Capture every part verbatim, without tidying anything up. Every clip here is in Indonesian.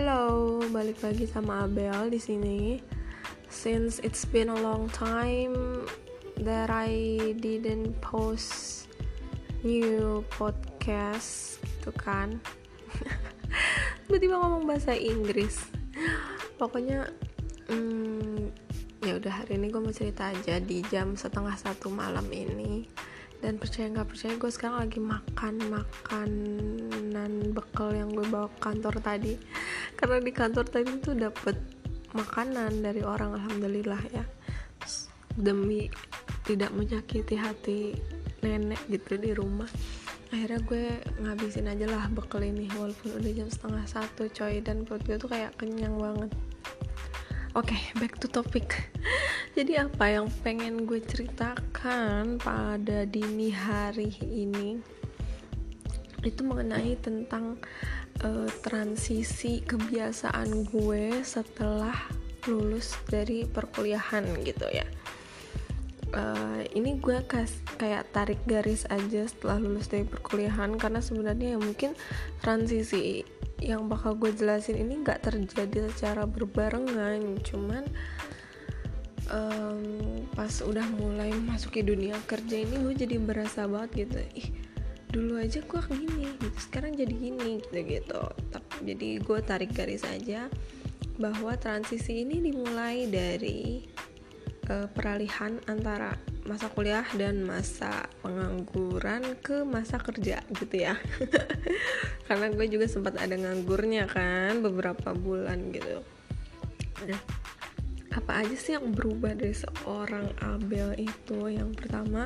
Halo, balik lagi sama Abel di sini. Since it's been a long time that I didn't post new podcast, gitu kan? Tiba-tiba ngomong bahasa Inggris. Pokoknya, hmm, ya udah hari ini gue mau cerita aja di jam setengah satu malam ini. Dan percaya nggak percaya gue sekarang lagi makan makanan bekal yang gue bawa ke kantor tadi, karena di kantor tadi tuh dapet makanan dari orang, alhamdulillah ya, demi tidak menyakiti hati nenek gitu di rumah. Akhirnya gue ngabisin aja lah bekal ini walaupun udah jam setengah satu coy, dan perut gue tuh kayak kenyang banget. Oke, okay, back to topic. Jadi apa yang pengen gue ceritakan pada dini hari ini itu mengenai tentang uh, transisi kebiasaan gue setelah lulus dari perkuliahan gitu ya. Uh, ini gue kas, kayak tarik garis aja setelah lulus dari perkuliahan, karena sebenarnya ya mungkin transisi yang bakal gue jelasin ini gak terjadi secara berbarengan, cuman um, pas udah mulai masuki dunia kerja ini gue jadi berasa banget gitu, ih dulu aja gue gini gitu, sekarang jadi gini gitu gitu. Tapi jadi gue tarik garis aja bahwa transisi ini dimulai dari uh, peralihan antara masa kuliah dan masa pengangguran ke masa kerja gitu ya. Karena gue juga sempat ada nganggurnya kan beberapa bulan gitu. Nah, apa aja sih yang berubah dari seorang Abel itu? Yang pertama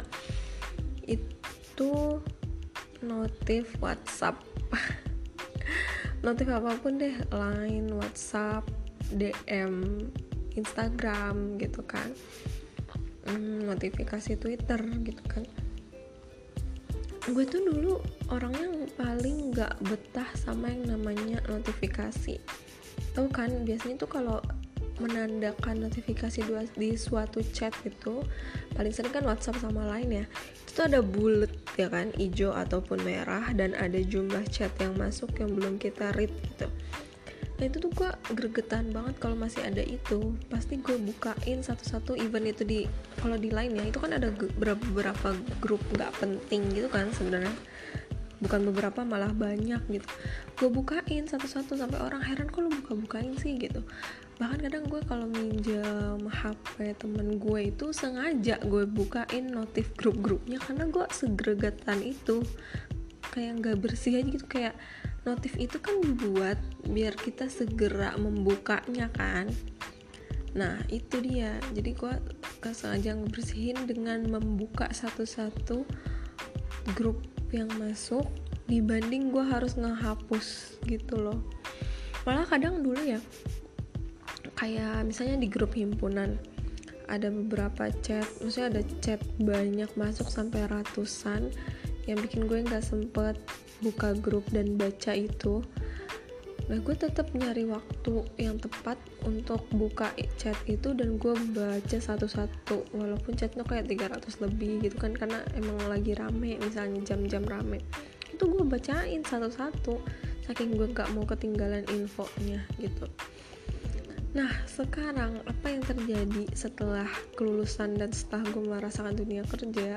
itu notif WhatsApp. Notif apapun deh, Line, WhatsApp, D M Instagram gitu kan, hmm, notifikasi Twitter gitu kan. Gue tuh dulu orang yang paling gak betah sama yang namanya notifikasi. Tahu kan, biasanya tuh kalau menandakan notifikasi di suatu chat itu paling sering kan WhatsApp sama Line ya, itu tuh ada bulet ya kan, hijau ataupun merah, dan ada jumlah chat yang masuk yang belum kita read gitu. Nah itu tuh gue gregetan banget kalau masih ada itu, pasti gue bukain satu-satu. Even itu di, kalau di Line ya, itu kan ada beberapa grup gak penting gitu kan sebenarnya, bukan beberapa malah banyak gitu. Gue bukain satu-satu sampai orang heran, kok lu buka-bukain sih gitu. Bahkan kadang gue kalau minjem H P temen gue itu sengaja gue bukain notif grup-grupnya, karena gue segregetan itu, kayak gak bersih aja gitu. Kayak notif itu kan dibuat biar kita segera membukanya kan. Nah itu dia, jadi gue gak sengaja ngebersihin dengan membuka satu-satu grup yang masuk, dibanding gue harus ngehapus gitu loh. Malah kadang dulu ya, kayak misalnya di grup himpunan ada beberapa chat, maksudnya ada chat banyak masuk sampai ratusan, yang bikin gue gak sempet buka grup dan baca itu. Nah gue tetap nyari waktu yang tepat untuk buka chat itu, dan gue baca satu-satu walaupun chatnya kayak tiga ratus lebih gitu kan, karena emang lagi rame, misalnya jam-jam rame itu gue bacain satu-satu saking gue gak mau ketinggalan infonya gitu. Nah sekarang apa yang terjadi setelah kelulusan dan setelah gue merasakan dunia kerja?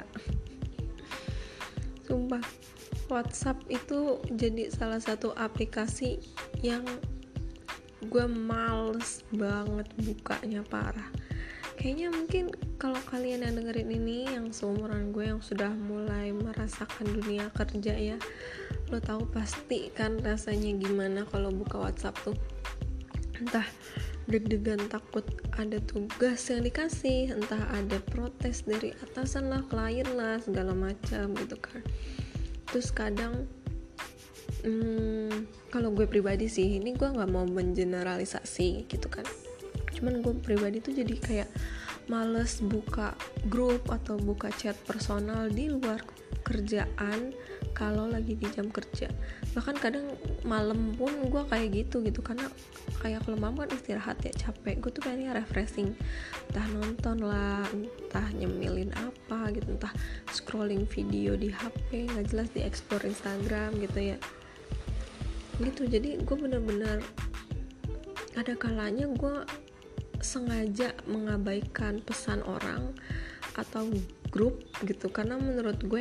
Sumpah, WhatsApp itu jadi salah satu aplikasi yang gue males banget bukanya, parah. Kayaknya mungkin kalau kalian yang dengerin ini yang seumuran gue, yang sudah mulai merasakan dunia kerja ya, lo tahu pasti kan rasanya gimana kalau buka WhatsApp tuh. Entah deg-degan takut ada tugas yang dikasih, entah ada protes dari atasan lah, klien lah, segala macam gitu kan. Terus kadang hmm, kalau gue pribadi sih, ini gue gak mau mengeneralisasi gitu kan, cuman gue pribadi tuh jadi kayak males buka grup atau buka chat personal di luar kerjaan kalau lagi di jam kerja. Bahkan kadang malam pun gue kayak gitu gitu, karena kayak kalau malam kan istirahat ya, capek, gue tuh kayaknya refreshing, entah nonton lah, entah nyemilin apa gitu, entah scrolling video di H P nggak jelas, di explore Instagram gitu ya gitu. Jadi gue bener-bener ada kalanya gue sengaja mengabaikan pesan orang atau grup gitu, karena menurut gue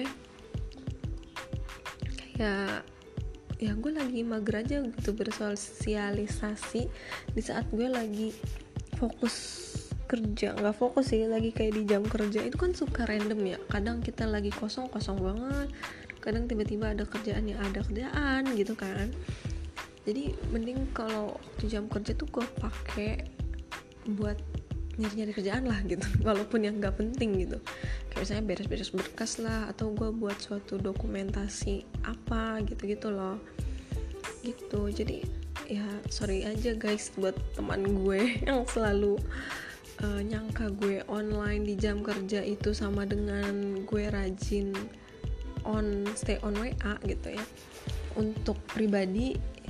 kayak ya gue lagi mager aja gitu bersosialisasi di saat gue lagi fokus kerja. Nggak fokus sih, lagi kayak di jam kerja itu kan suka random ya, kadang kita lagi kosong kosong banget, kadang tiba-tiba ada kerjaan ya ada kerjaan gitu kan. Jadi mending kalau di jam kerja tuh gue pakai buat nyari-nyari kerjaan lah gitu, walaupun yang nggak penting gitu, kayak misalnya beres-beres berkas lah, atau gue buat suatu dokumentasi apa gitu-gitu loh gitu. Jadi ya sorry aja guys buat teman gue yang selalu uh, nyangka gue online di jam kerja itu sama dengan gue rajin on stay on W A gitu ya. Untuk pribadi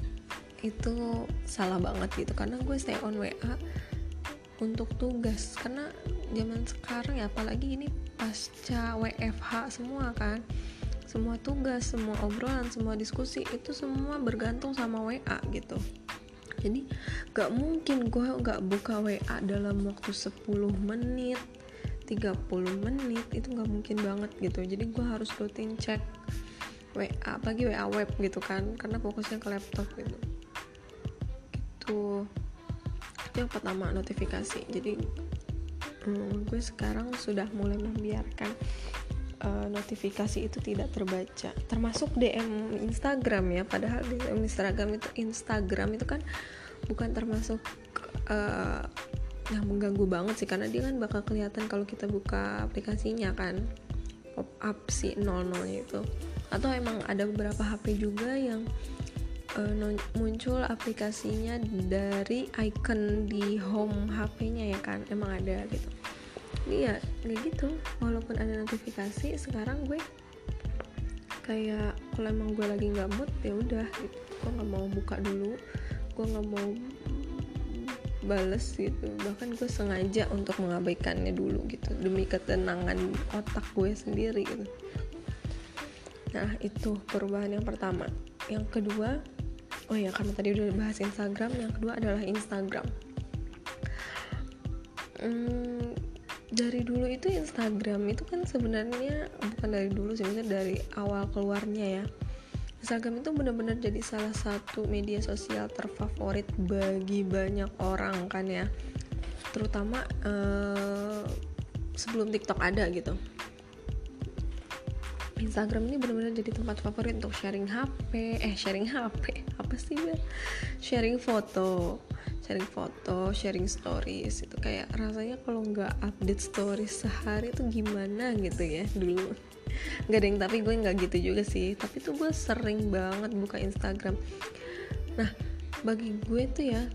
itu salah banget gitu, karena gue stay on W A untuk tugas, karena zaman sekarang ya apalagi ini pasca W F H semua kan, semua tugas, semua obrolan, semua diskusi itu semua bergantung sama W A gitu. Jadi gak mungkin gue gak buka W A dalam waktu sepuluh menit, tiga puluh menit, itu gak mungkin banget gitu. Jadi gue harus rutin cek W A, apalagi W A web gitu kan, karena fokusnya ke laptop gitu gitu. Itu yang pertama, notifikasi. Jadi hmm, gue sekarang sudah mulai membiarkan uh, notifikasi itu tidak terbaca, termasuk D M Instagram ya. Padahal D M Instagram itu Instagram itu kan bukan termasuk uh, yang mengganggu banget sih, karena dia kan bakal kelihatan kalau kita buka aplikasinya kan, pop up si nol nolnya itu. Atau emang ada beberapa H P juga yang Uh, muncul aplikasinya dari icon di home H P-nya ya kan, emang ada gitu. Iya, kayak gitu. Walaupun ada notifikasi, sekarang gue kayak kalau emang gue lagi nggak mood ya udah, gitu. Gue nggak mau buka dulu, gue nggak mau bales gitu. Bahkan gue sengaja untuk mengabaikannya dulu gitu, demi ketenangan otak gue sendiri gitu. Nah itu perubahan yang pertama. Yang kedua, oh ya karena tadi udah bahas Instagram, yang kedua adalah Instagram. Hmm, dari dulu itu Instagram itu kan sebenarnya bukan dari dulu sih, maksudnya dari awal keluarnya ya. Instagram itu benar-benar jadi salah satu media sosial terfavorit bagi banyak orang kan ya, terutama eh, sebelum TikTok ada gitu. Instagram ini benar-benar jadi tempat favorit untuk sharing H P, eh sharing H P, apa sih ya? Sharing foto, sharing foto, sharing stories. Itu kayak rasanya kalau nggak update stories sehari itu gimana gitu ya dulu. Nggak ada yang tapi gue nggak gitu juga sih. Tapi tuh gue sering banget buka Instagram. Nah bagi gue tuh ya,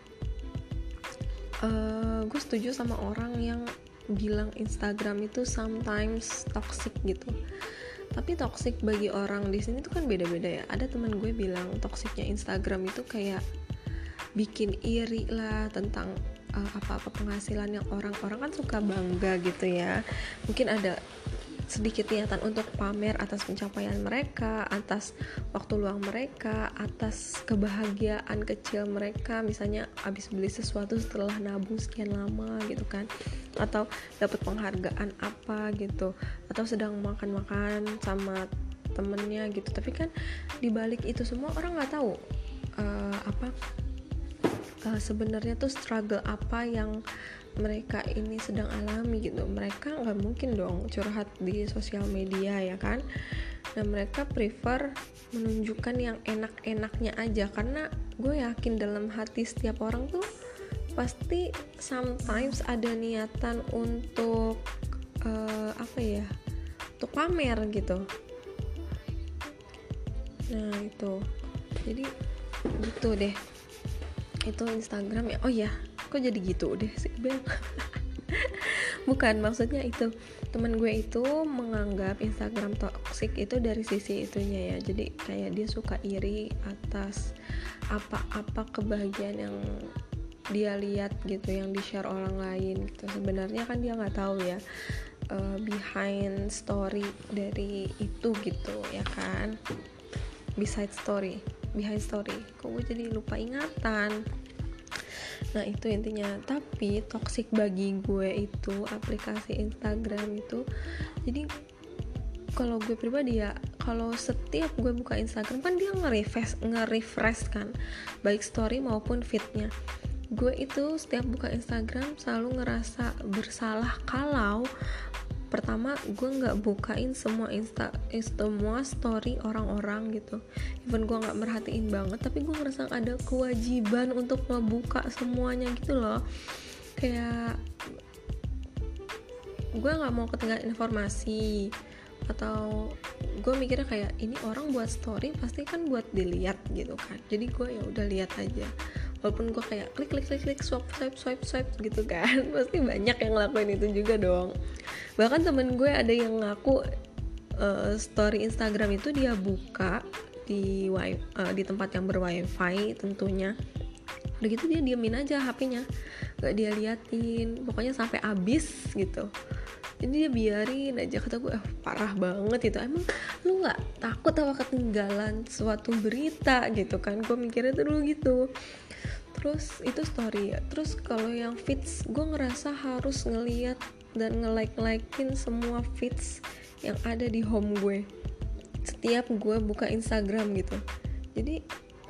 uh, gue setuju sama orang yang bilang Instagram itu sometimes toxic gitu. Tapi toxic bagi orang di sini tuh kan beda-beda ya. Ada teman gue bilang toksiknya Instagram itu kayak bikin iri lah tentang uh, apa-apa penghasilan yang orang-orang kan suka bangga gitu ya. Mungkin ada sedikit niatan untuk pamer atas pencapaian mereka, atas waktu luang mereka, atas kebahagiaan kecil mereka, misalnya abis beli sesuatu setelah nabung sekian lama gitu kan, atau dapat penghargaan apa gitu, atau sedang makan-makan sama temennya gitu. Tapi kan dibalik itu semua orang nggak tahu uh, apa uh, sebenarnya tuh struggle apa yang mereka ini sedang alami gitu. Mereka nggak mungkin dong curhat di sosial media ya kan. Nah mereka prefer menunjukkan yang enak-enaknya aja, karena gue yakin dalam hati setiap orang tuh pasti sometimes ada niatan untuk uh, apa ya, untuk pamer gitu. Nah itu jadi gitu deh, itu Instagram ya. Oh ya, kok jadi gitu deh sih Bel. Bukan, maksudnya itu teman gue itu menganggap Instagram toxic itu dari sisi itunya ya. Jadi kayak dia suka iri atas apa-apa kebahagiaan yang dia lihat gitu, yang di-share orang lain gitu. Sebenarnya kan dia nggak tahu ya uh, behind story dari itu gitu ya kan. Beside story, behind story. Kok gue jadi lupa ingatan. Nah itu intinya. Tapi toxic bagi gue itu aplikasi Instagram itu, jadi kalau gue pribadi ya, kalau setiap gue buka Instagram kan dia nge-refresh, nge-refresh kan, baik story maupun feednya. Gue itu setiap buka Instagram selalu ngerasa bersalah kalau pertama gue nggak bukain semua insta, semua story orang-orang gitu. Even gue nggak merhatiin banget, tapi gue ngerasa ada kewajiban untuk ngebuka semuanya gitu loh. Kayak gue nggak mau ketinggalan informasi, atau gue mikirnya kayak ini orang buat story pasti kan buat dilihat gitu kan, jadi gue ya udah lihat aja, walaupun gue kayak klik klik klik klik swipe swipe swipe swipe gitu kan. Pasti banyak yang ngelakuin itu juga dong. Bahkan temen gue ada yang ngaku uh, story Instagram itu dia buka di wi- uh, di tempat yang berwifi tentunya. Udah gitu dia diemin aja H P-nya, gak dia liatin, pokoknya sampai habis gitu. Jadi dia biarin aja. Kata gue, eh, parah banget itu. Emang lu gak takut apa ketinggalan suatu berita gitu kan? Gue mikirnya tuh dulu gitu. Terus itu story ya. Terus kalau yang feeds, gue ngerasa harus ngeliat dan nge-like-likein semua feeds yang ada di home gue setiap gue buka Instagram gitu. Jadi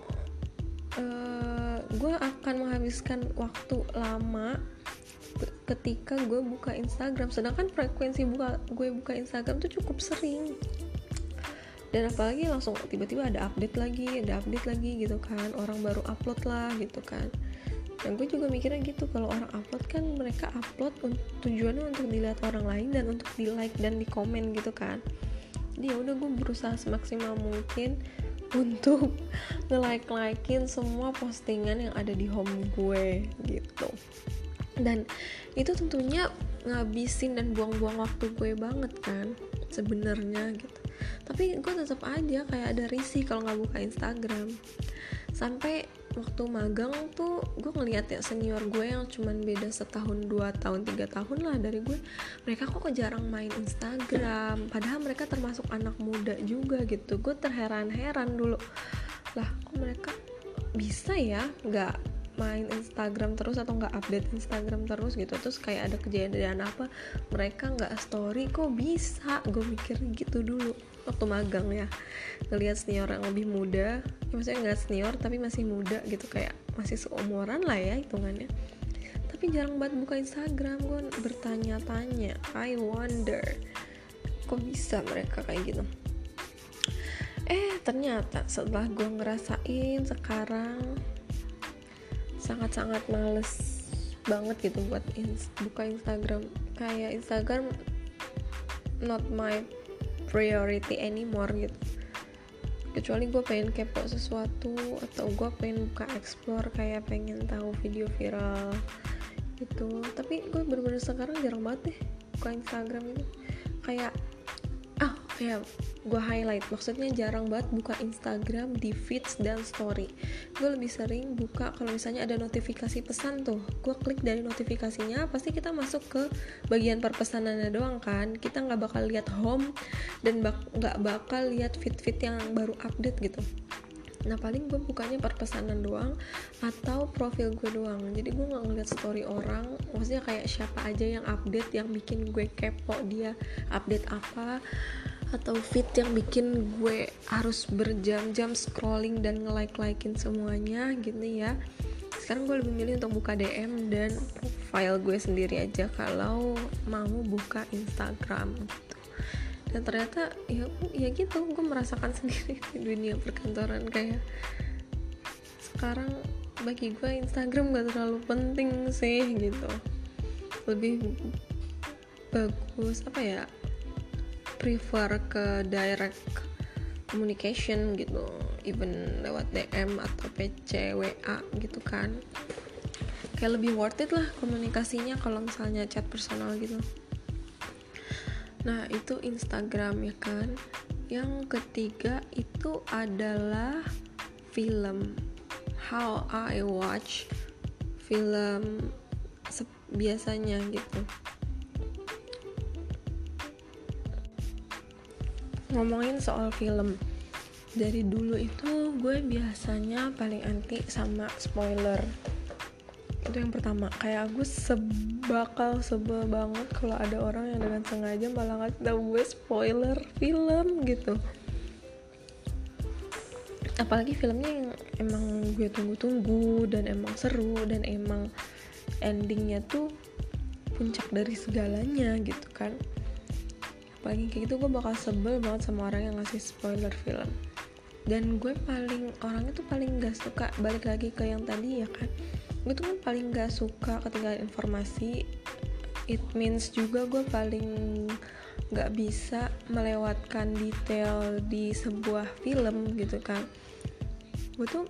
uh, gue akan menghabiskan waktu lama ketika gue buka Instagram, sedangkan frekuensi buka gue buka Instagram tuh cukup sering, dan apalagi langsung tiba-tiba ada update lagi, ada update lagi gitu kan, orang baru upload lah gitu kan. Dan gue juga mikirnya gitu, kalau orang upload kan mereka upload tujuannya untuk dilihat orang lain dan untuk di like dan di komen gitu kan. Jadi ya udah gue berusaha semaksimal mungkin untuk nge-like-likein semua postingan yang ada di home gue gitu. Dan itu tentunya ngabisin dan buang-buang waktu gue banget kan sebenarnya gitu. Tapi gue tetap aja kayak ada risih kalau nggak buka Instagram. Sampai waktu magang tuh gue ngeliat ya senior gue yang cuman beda setahun, dua tahun, tiga tahun lah dari gue, mereka kok jarang main Instagram, padahal mereka termasuk anak muda juga gitu. Gue terheran-heran dulu, lah kok mereka bisa ya nggak main Instagram terus atau nggak update Instagram terus gitu. Terus kayak ada kejadian apa mereka nggak story, kok bisa? Gue mikir gitu dulu waktu magang ya, ngelihat senior yang lebih muda, ya maksudnya nggak senior tapi masih muda gitu, kayak masih seumuran lah ya hitungannya, tapi jarang banget buka Instagram. Gue bertanya-tanya, I wonder kok bisa mereka kayak gitu. Eh ternyata setelah gue ngerasain sekarang sangat-sangat males banget gitu buat ins- buka Instagram. Kayak Instagram not my priority anymore gitu. Kecuali gue pengen kepo sesuatu, atau gue pengen buka explore, kayak pengen tahu video viral gitu. Tapi gue bener-bener sekarang jarang banget deh buka Instagram gitu. Kayak ah kayak gue highlight, maksudnya jarang banget buka Instagram di feeds dan story. Gue lebih sering buka kalau misalnya ada notifikasi pesan tuh, gue klik dari notifikasinya, pasti kita masuk ke bagian perpesanannya doang kan, kita nggak bakal lihat home dan bak- nggak bakal lihat feed-feed yang baru update gitu. Nah paling gue bukanya perpesanan doang atau profil gue doang. Jadi gue nggak ngeliat story orang, maksudnya kayak siapa aja yang update yang bikin gue kepo dia update apa, atau feed yang bikin gue harus berjam-jam scrolling dan nge-like-likein semuanya gitu ya. Sekarang gue lebih milih untuk buka D M dan profile gue sendiri aja kalau mau buka Instagram gitu. Dan ternyata ya, ya gitu, gue merasakan sendiri di dunia perkantoran, kayak sekarang bagi gue Instagram gak terlalu penting sih gitu. Lebih bagus apa ya, prefer ke direct communication gitu, even lewat D M atau P C, W A gitu kan. Kayak lebih worth it lah komunikasinya kalau misalnya chat personal gitu. Nah itu Instagram ya kan. Yang ketiga itu adalah film. How I watch film biasanya gitu. Ngomongin soal film, dari dulu itu gue biasanya paling anti sama spoiler. Itu yang pertama. Kayak gue sebakal sebel banget kalau ada orang yang dengan sengaja malah ngasih tau gue spoiler film gitu. Apalagi filmnya yang emang gue tunggu-tunggu dan emang seru dan emang endingnya tuh puncak dari segalanya gitu kan. Apalagi kayak gitu gue bakal sebel banget sama orang yang ngasih spoiler film. Dan gue paling orangnya tuh paling gak suka, balik lagi ke yang tadi ya kan, gue tuh kan paling gak suka ketinggalan informasi. It means juga gue paling gak bisa melewatkan detail di sebuah film gitu kan. Gue tuh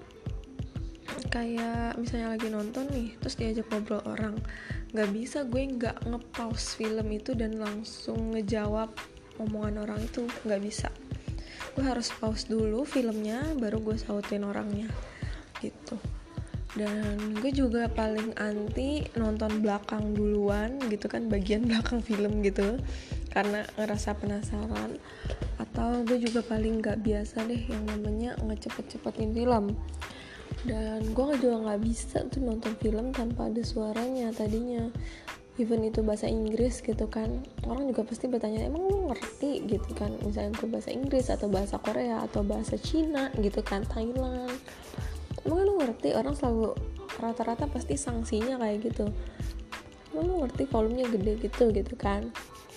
kayak misalnya lagi nonton nih, terus diajak ngobrol orang, gak bisa gue gak nge-pause film itu dan langsung ngejawab omongan orang itu, gak bisa. Gue harus pause dulu filmnya, baru gue sautin orangnya gitu. Dan gue juga paling anti nonton belakang duluan gitu kan, bagian belakang film gitu, karena ngerasa penasaran. Atau gue juga paling gak biasa deh yang namanya ngecepet-cepetin film. Dan gue juga gak bisa tuh nonton film tanpa ada suaranya tadinya. Even itu bahasa Inggris gitu kan, orang juga pasti bertanya, emang lu ngerti gitu kan, misalnya gue bahasa Inggris atau bahasa Korea atau bahasa Cina gitu kan, Thailand, emang lu ngerti? Orang selalu rata-rata pasti sanksinya kayak gitu, emang lu ngerti volumenya gede gitu gitu kan.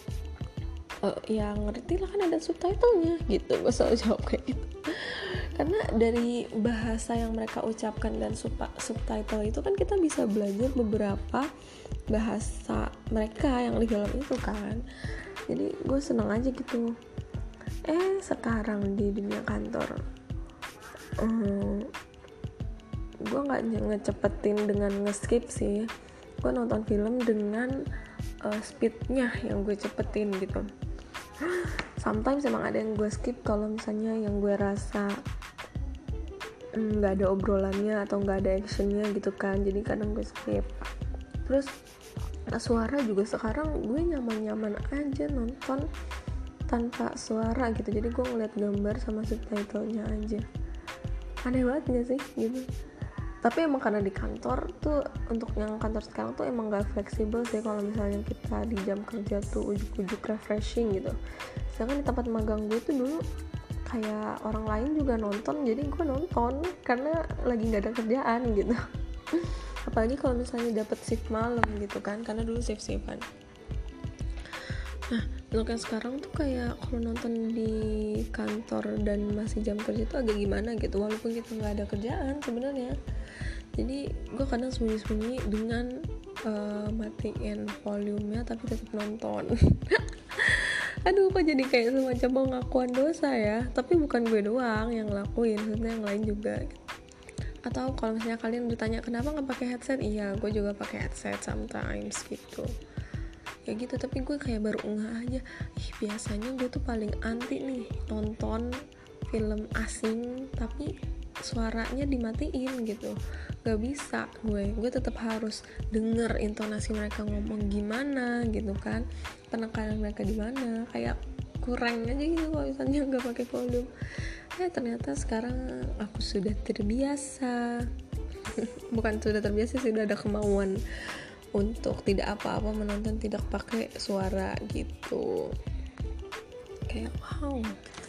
Uh, ya ngerti lah, kan ada subtitlenya gitu. Gue selalu jawab kayak gitu karena dari bahasa yang mereka ucapkan dan sub- subtitle itu kan kita bisa belajar beberapa bahasa mereka yang di dalam itu kan. Jadi gue seneng aja gitu. Eh sekarang di dunia kantor, hmm, gue nggak ngecepetin dengan nge-skip sih. Gue nonton film dengan uh, speednya yang gue cepetin gitu. Sometimes emang ada yang gue skip kalau misalnya yang gue rasa nggak mm, ada obrolannya atau nggak ada actionnya gitu kan, jadi kadang gue skip. Terus suara juga sekarang gue nyaman-nyaman aja nonton tanpa suara gitu, jadi gue ngeliat gambar sama subtitlenya aja. Aneh banget gak sih gitu. Tapi emang karena di kantor tuh, untuk yang kantor sekarang tuh emang gak fleksibel sih. Kalau misalnya kita di jam kerja tuh ujuk-ujuk refreshing gitu. Sedangkan di tempat magang gue tuh dulu kayak orang lain juga nonton, jadi gue nonton karena lagi nggak ada kerjaan gitu. Apalagi kalau misalnya dapet shift malam gitu kan, karena dulu shift-shiftan. Nah, untuk yang sekarang tuh kayak kalau nonton di kantor dan masih jam kerja tuh agak gimana gitu, walaupun kita nggak ada kerjaan sebenarnya. Jadi gue kadang sembunyi-sembunyi dengan uh, matiin volumenya tapi tetap nonton. Aduh, kok jadi kayak semacam pengakuan dosa ya. Tapi bukan gue doang yang ngelakuin, maksudnya yang lain juga gitu. Atau kalau misalnya kalian bertanya kenapa nggak pakai headset, iya gue juga pakai headset sometimes gitu ya gitu. Tapi gue kayak baru ngeh aja, ih biasanya gue tuh paling anti nih nonton film asing tapi suaranya dimatiin gitu. Gak bisa gue, gue tetap harus denger intonasi mereka ngomong gimana gitu kan, penekanan mereka di mana, kayak kurang aja gitu kalau misalnya nggak pakai volume. Eh ternyata sekarang aku sudah terbiasa. Bukan sudah terbiasa sih, udah ada kemauan untuk tidak apa-apa menonton tidak pakai suara gitu. Kayak wow.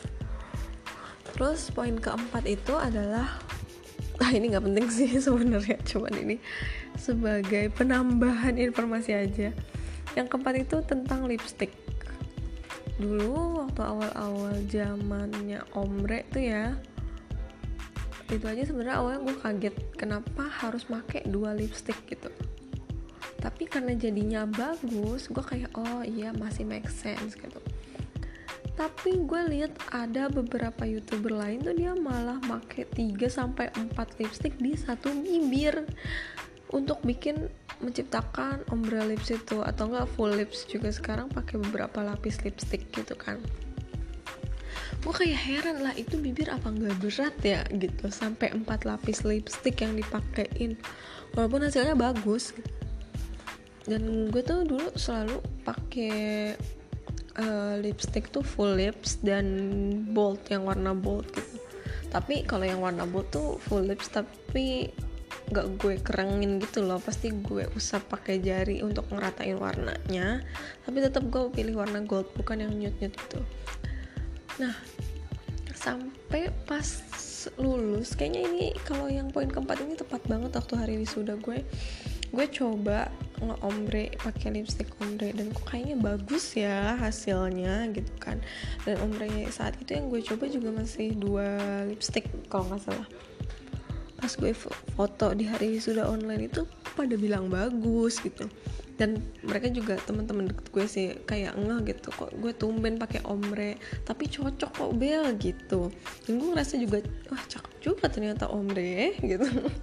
Terus poin keempat itu adalah, ah ini nggak penting sih sebenarnya, cuman ini sebagai penambahan informasi aja. Yang keempat itu tentang lipstick. Dulu waktu awal-awal zamannya Omre tuh ya, itu aja sebenarnya awalnya gue kaget kenapa harus pakai dua lipstick gitu. Tapi karena jadinya bagus, gue kayak oh iya masih make sense gitu. Tapi gue lihat ada beberapa YouTuber lain tuh dia malah pakai tiga sampai empat lipstick di satu bibir untuk bikin menciptakan ombre lips itu, atau enggak full lips juga sekarang pakai beberapa lapis lipstick gitu kan. Gue kayak heran lah, itu bibir apa enggak berat ya gitu sampai empat lapis lipstick yang dipakein walaupun hasilnya bagus. Dan gue tuh dulu selalu pakai Uh, lipstick tuh full lips dan bold, yang warna bold gitu. Tapi kalau yang warna bold tuh full lips tapi nggak gue kerengin gitu loh, pasti gue usap pakai jari untuk ngeratain warnanya, tapi tetap gue pilih warna gold, bukan yang nude nude gitu. Nah sampai pas lulus, kayaknya ini kalau yang poin keempat ini tepat banget waktu hari wisuda gue gue coba nge-ombre pakai lipstick ombre, dan kok kayaknya bagus ya hasilnya gitu kan. Dan ombrenya saat itu yang gue coba juga masih dua lipstick kalau nggak salah. Pas gue foto di hari wisuda online itu pada bilang bagus gitu, dan mereka juga teman-teman deket gue sih kayak ngeh gitu, kok gue tumben pakai ombre tapi cocok kok Bel gitu. Dan gue ngerasa juga wah cakep juga ternyata ombre gitu.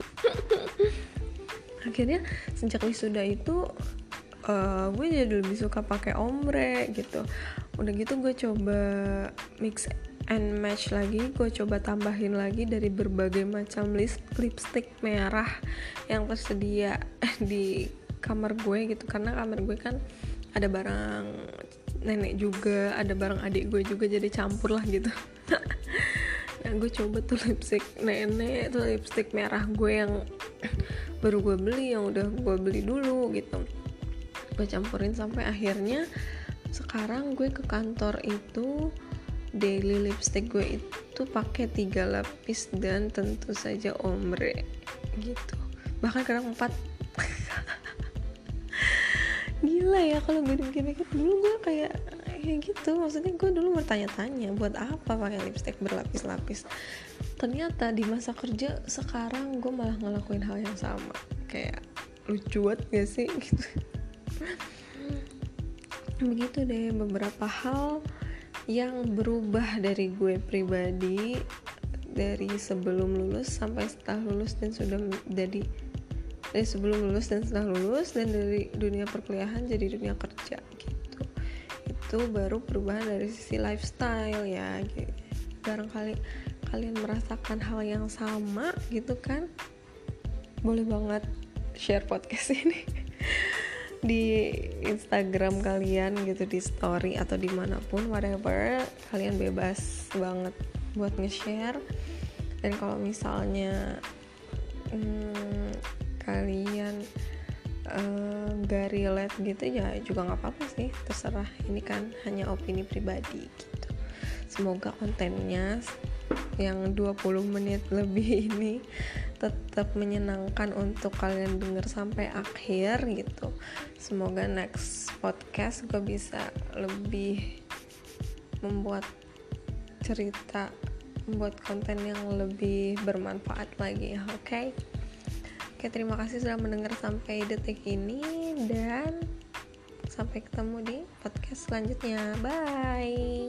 Akhirnya sejak wisuda itu uh, gue jadi lebih suka pakai ombre gitu. Udah gitu gue coba mix and match lagi, gue coba tambahin lagi dari berbagai macam lipstick merah yang tersedia di kamar gue gitu, karena kamar gue kan ada barang nenek juga, ada barang adik gue juga, jadi campur lah gitu. Nah gue coba tuh lipstick nenek, tuh lipstick merah gue yang baru gue beli, yang udah gue beli dulu gitu, gue campurin sampai akhirnya sekarang gue ke kantor itu daily lipstick gue itu pakai tiga lapis dan tentu saja ombre gitu, bahkan kadang empat. Gila ya kalau gue mikir-mikir, dulu gue kayak kayak gitu, maksudnya gue dulu bertanya-tanya buat apa pakai lipstick berlapis-lapis. Ternyata di masa kerja sekarang gue malah ngelakuin hal yang sama, kayak lucu banget gak sih gitu. Begitu deh beberapa hal yang berubah dari gue pribadi dari sebelum lulus sampai setelah lulus dan sudah jadi dari sebelum lulus dan setelah lulus, dan dari dunia perkuliahan jadi dunia kerja gitu. Itu baru perubahan dari sisi lifestyle ya gitu. Barangkali kalian merasakan hal yang sama gitu kan, boleh banget share podcast ini di Instagram kalian gitu, di story atau dimanapun, whatever, kalian bebas banget buat nge-share. Dan kalau misalnya hmm, kalian uh, gak relate gitu ya juga gak apa-apa sih, terserah, ini kan hanya opini pribadi gitu. Semoga kontennya yang dua puluh menit lebih ini tetap menyenangkan untuk kalian dengar sampai akhir gitu. Semoga next podcast gue bisa lebih membuat cerita, membuat konten yang lebih bermanfaat lagi. Oke okay? Oke, terima kasih sudah mendengar sampai detik ini, dan sampai ketemu di podcast selanjutnya. Bye.